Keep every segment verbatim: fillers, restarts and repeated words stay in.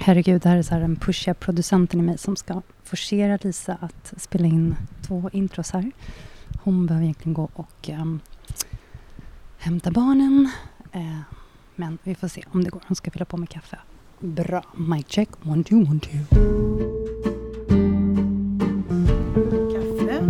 Herregud, det här är så här den pushiga producenten i mig som ska forcera Lisa att spela in två intros här. Hon behöver egentligen gå och um, hämta barnen. Uh, men vi får se om det går. Hon ska fylla på med kaffe. Bra. Mic check. One, two, one, two. Kaffe.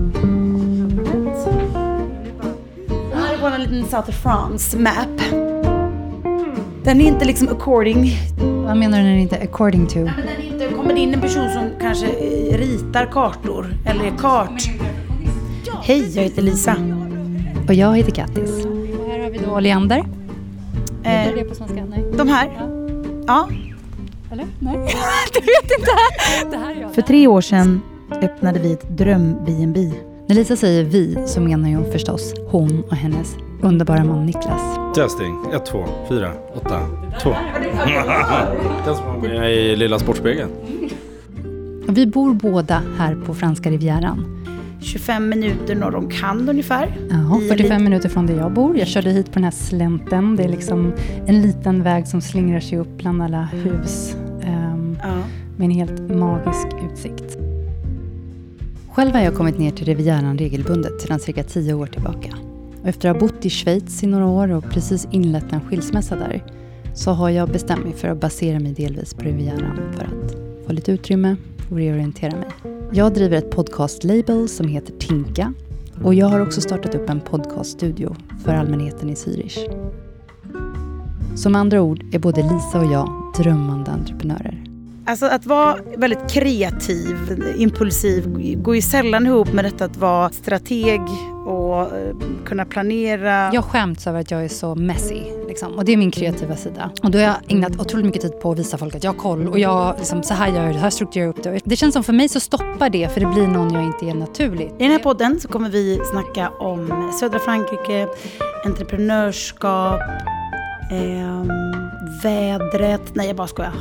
Här är vår liten South of France map. Den är inte liksom according. Vad menar du när det inte är according to? Nej, men den är inte, kommer det in en person som kanske ritar kartor eller är kart. Hej, jag heter Lisa. Och jag heter Kattis. Och här har vi då Oleander. Eh, Heter det på svenska? Nej. De här? Ja. ja. Eller? Nej. Du vet inte. Det här är jag. För tre år sedan öppnade vi ett dröm-B and B. När Lisa säger vi så menar hon förstås hon och hennes underbara man Niklas. Testing. ett, två, fyra, åtta, två. Den som var med i Lilla Sportspegeln. Vi bor båda här på franska rivieran. tjugofem minuter norr om Cannes ungefär. Ja, fyrtiofem minuter från där jag bor. Jag körde hit på den här slänten. Det är liksom en liten väg som slingrar sig upp bland alla hus. Um, ja. Med en helt magisk utsikt. Själv har jag kommit ner till Rivieran regelbundet sedan cirka tio år tillbaka. Och efter att ha bott i Schweiz i några år och precis inlett en skilsmässa där så har jag bestämt mig för att basera mig delvis på Rivieran för att få lite utrymme och reorientera mig. Jag driver ett podcast-label som heter Tinka och jag har också startat upp en podcaststudio för allmänheten i Zürich. Som andra ord är både Lisa och jag drömmande entreprenörer. Alltså att vara väldigt kreativ, impulsiv går ju sällan ihop med detta att vara strateg och kunna planera. Jag skämts över att jag är så messy liksom, och det är min kreativa sida. Och då har jag ägnat otroligt mycket tid på att visa folk att jag har koll och jag liksom, så här gör jag, det här strukturerar upp det. Det känns som för mig så stoppar det för det blir någon jag inte är naturligt. I den här podden så kommer vi snacka om södra Frankrike, entreprenörskap, Eh, vädret. Nej, jag bara skojar.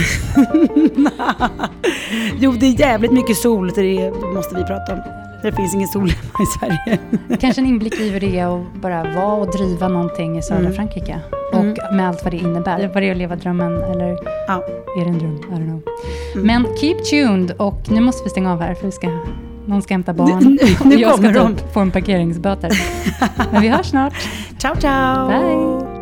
Jo, det är jävligt mycket sol. Det måste vi prata om. Det finns ingen sol i Sverige. Kanske en inblick i hur det är att bara vara och driva någonting i södra mm. Frankrike. Och mm. med allt vad det innebär. Var det att leva drömmen? Eller ja. Är det en dröm? I don't know. Mm. Men keep tuned. Och nu måste vi stänga av här för vi ska, någon ska hämta barn. Nu, nu och jag ska de. få en parkeringsböter. Men vi hörs snart. Ciao, ciao. Bye.